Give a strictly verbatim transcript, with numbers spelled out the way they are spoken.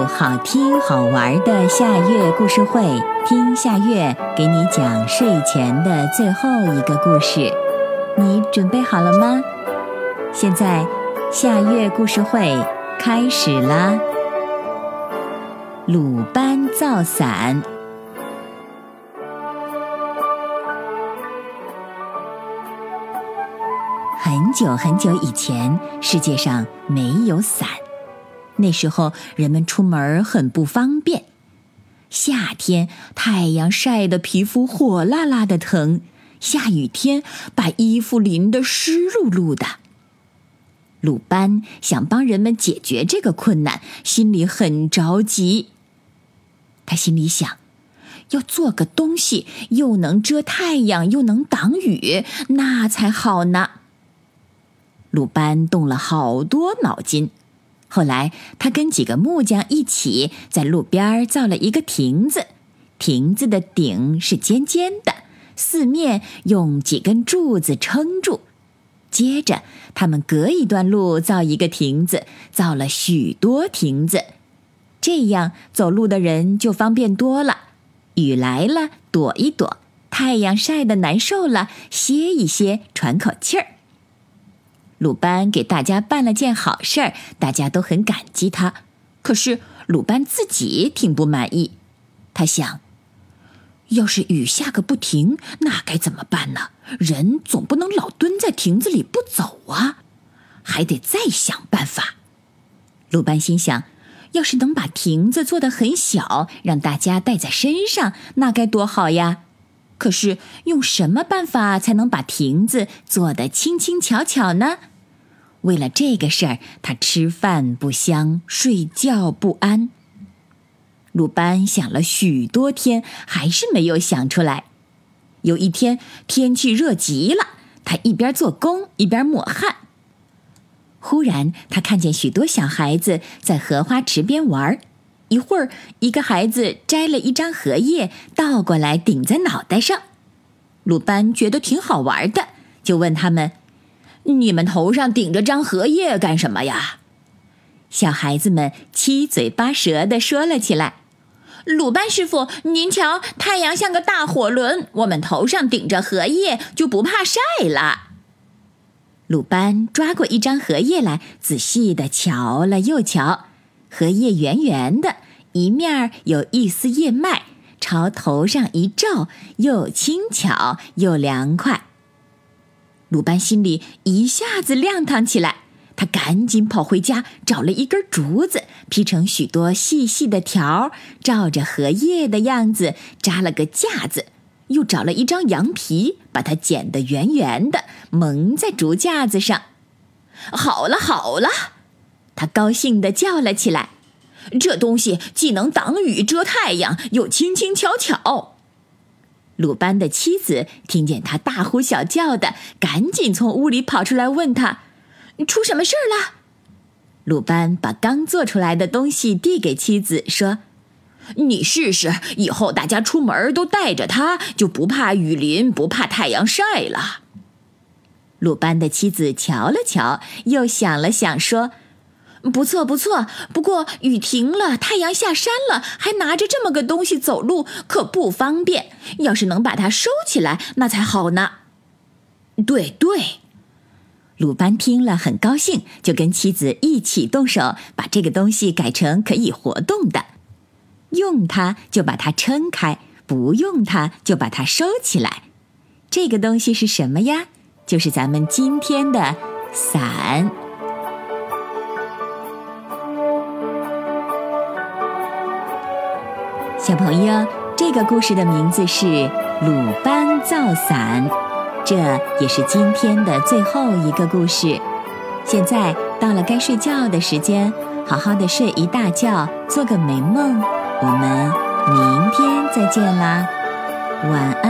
入好听好玩的夏月故事会，听夏月给你讲睡前的最后一个故事。你准备好了吗？现在夏月故事会开始啦。鲁班造伞。很久很久以前，世界上没有伞。那时候人们出门很不方便，夏天太阳晒得皮肤火辣辣的疼，下雨天把衣服淋得湿漉漉的。鲁班想帮人们解决这个困难，心里很着急。他心里想，要做个东西又能遮太阳又能挡雨，那才好呢。鲁班动了好多脑筋，后来他跟几个木匠一起在路边造了一个亭子，亭子的顶是尖尖的，四面用几根柱子撑住。接着他们隔一段路造一个亭子，造了许多亭子，这样走路的人就方便多了。雨来了躲一躲，太阳晒得难受了歇一歇，喘口气儿。鲁班给大家办了件好事儿，大家都很感激他。可是鲁班自己挺不满意，他想，要是雨下个不停，那该怎么办呢？人总不能老蹲在亭子里不走啊，还得再想办法。鲁班心想，要是能把亭子做得很小，让大家带在身上，那该多好呀。可是用什么办法才能把亭子做得轻轻巧巧呢？为了这个事儿，他吃饭不香，睡觉不安。鲁班想了许多天，还是没有想出来。有一天，天气热极了，他一边做工一边抹汗。忽然，他看见许多小孩子在荷花池边玩，一会儿，一个孩子摘了一张荷叶，倒过来顶在脑袋上。鲁班觉得挺好玩的，就问他们，你们头上顶着张荷叶干什么呀？小孩子们七嘴八舌地说了起来。鲁班师傅，您瞧，太阳像个大火轮，我们头上顶着荷叶就不怕晒了。鲁班抓过一张荷叶来，仔细地瞧了又瞧，荷叶圆圆的，一面有一丝叶脉，朝头上一照，又轻巧又凉快。鲁班心里一下子亮堂起来，他赶紧跑回家，找了一根竹子，劈成许多细细的条，照着荷叶的样子扎了个架子，又找了一张羊皮，把它剪得圆圆的，蒙在竹架子上。好了好了，他高兴地叫了起来，这东西既能挡雨遮太阳，又轻轻巧巧。鲁班的妻子听见他大呼小叫的，赶紧从屋里跑出来问他，出什么事了？鲁班把刚做出来的东西递给妻子，说，你试试，以后大家出门都带着它，就不怕雨淋，不怕太阳晒了。鲁班的妻子瞧了瞧，又想了想，说，不错不错，不过雨停了，太阳下山了，还拿着这么个东西走路，可不方便。要是能把它收起来，那才好呢。对对，鲁班听了很高兴，就跟妻子一起动手，把这个东西改成可以活动的。用它就把它撑开，不用它就把它收起来。这个东西是什么呀？就是咱们今天的伞。小朋友，这个故事的名字是《鲁班造伞》，这也是今天的最后一个故事。现在到了该睡觉的时间，好好的睡一大觉，做个美梦。我们明天再见啦，晚安。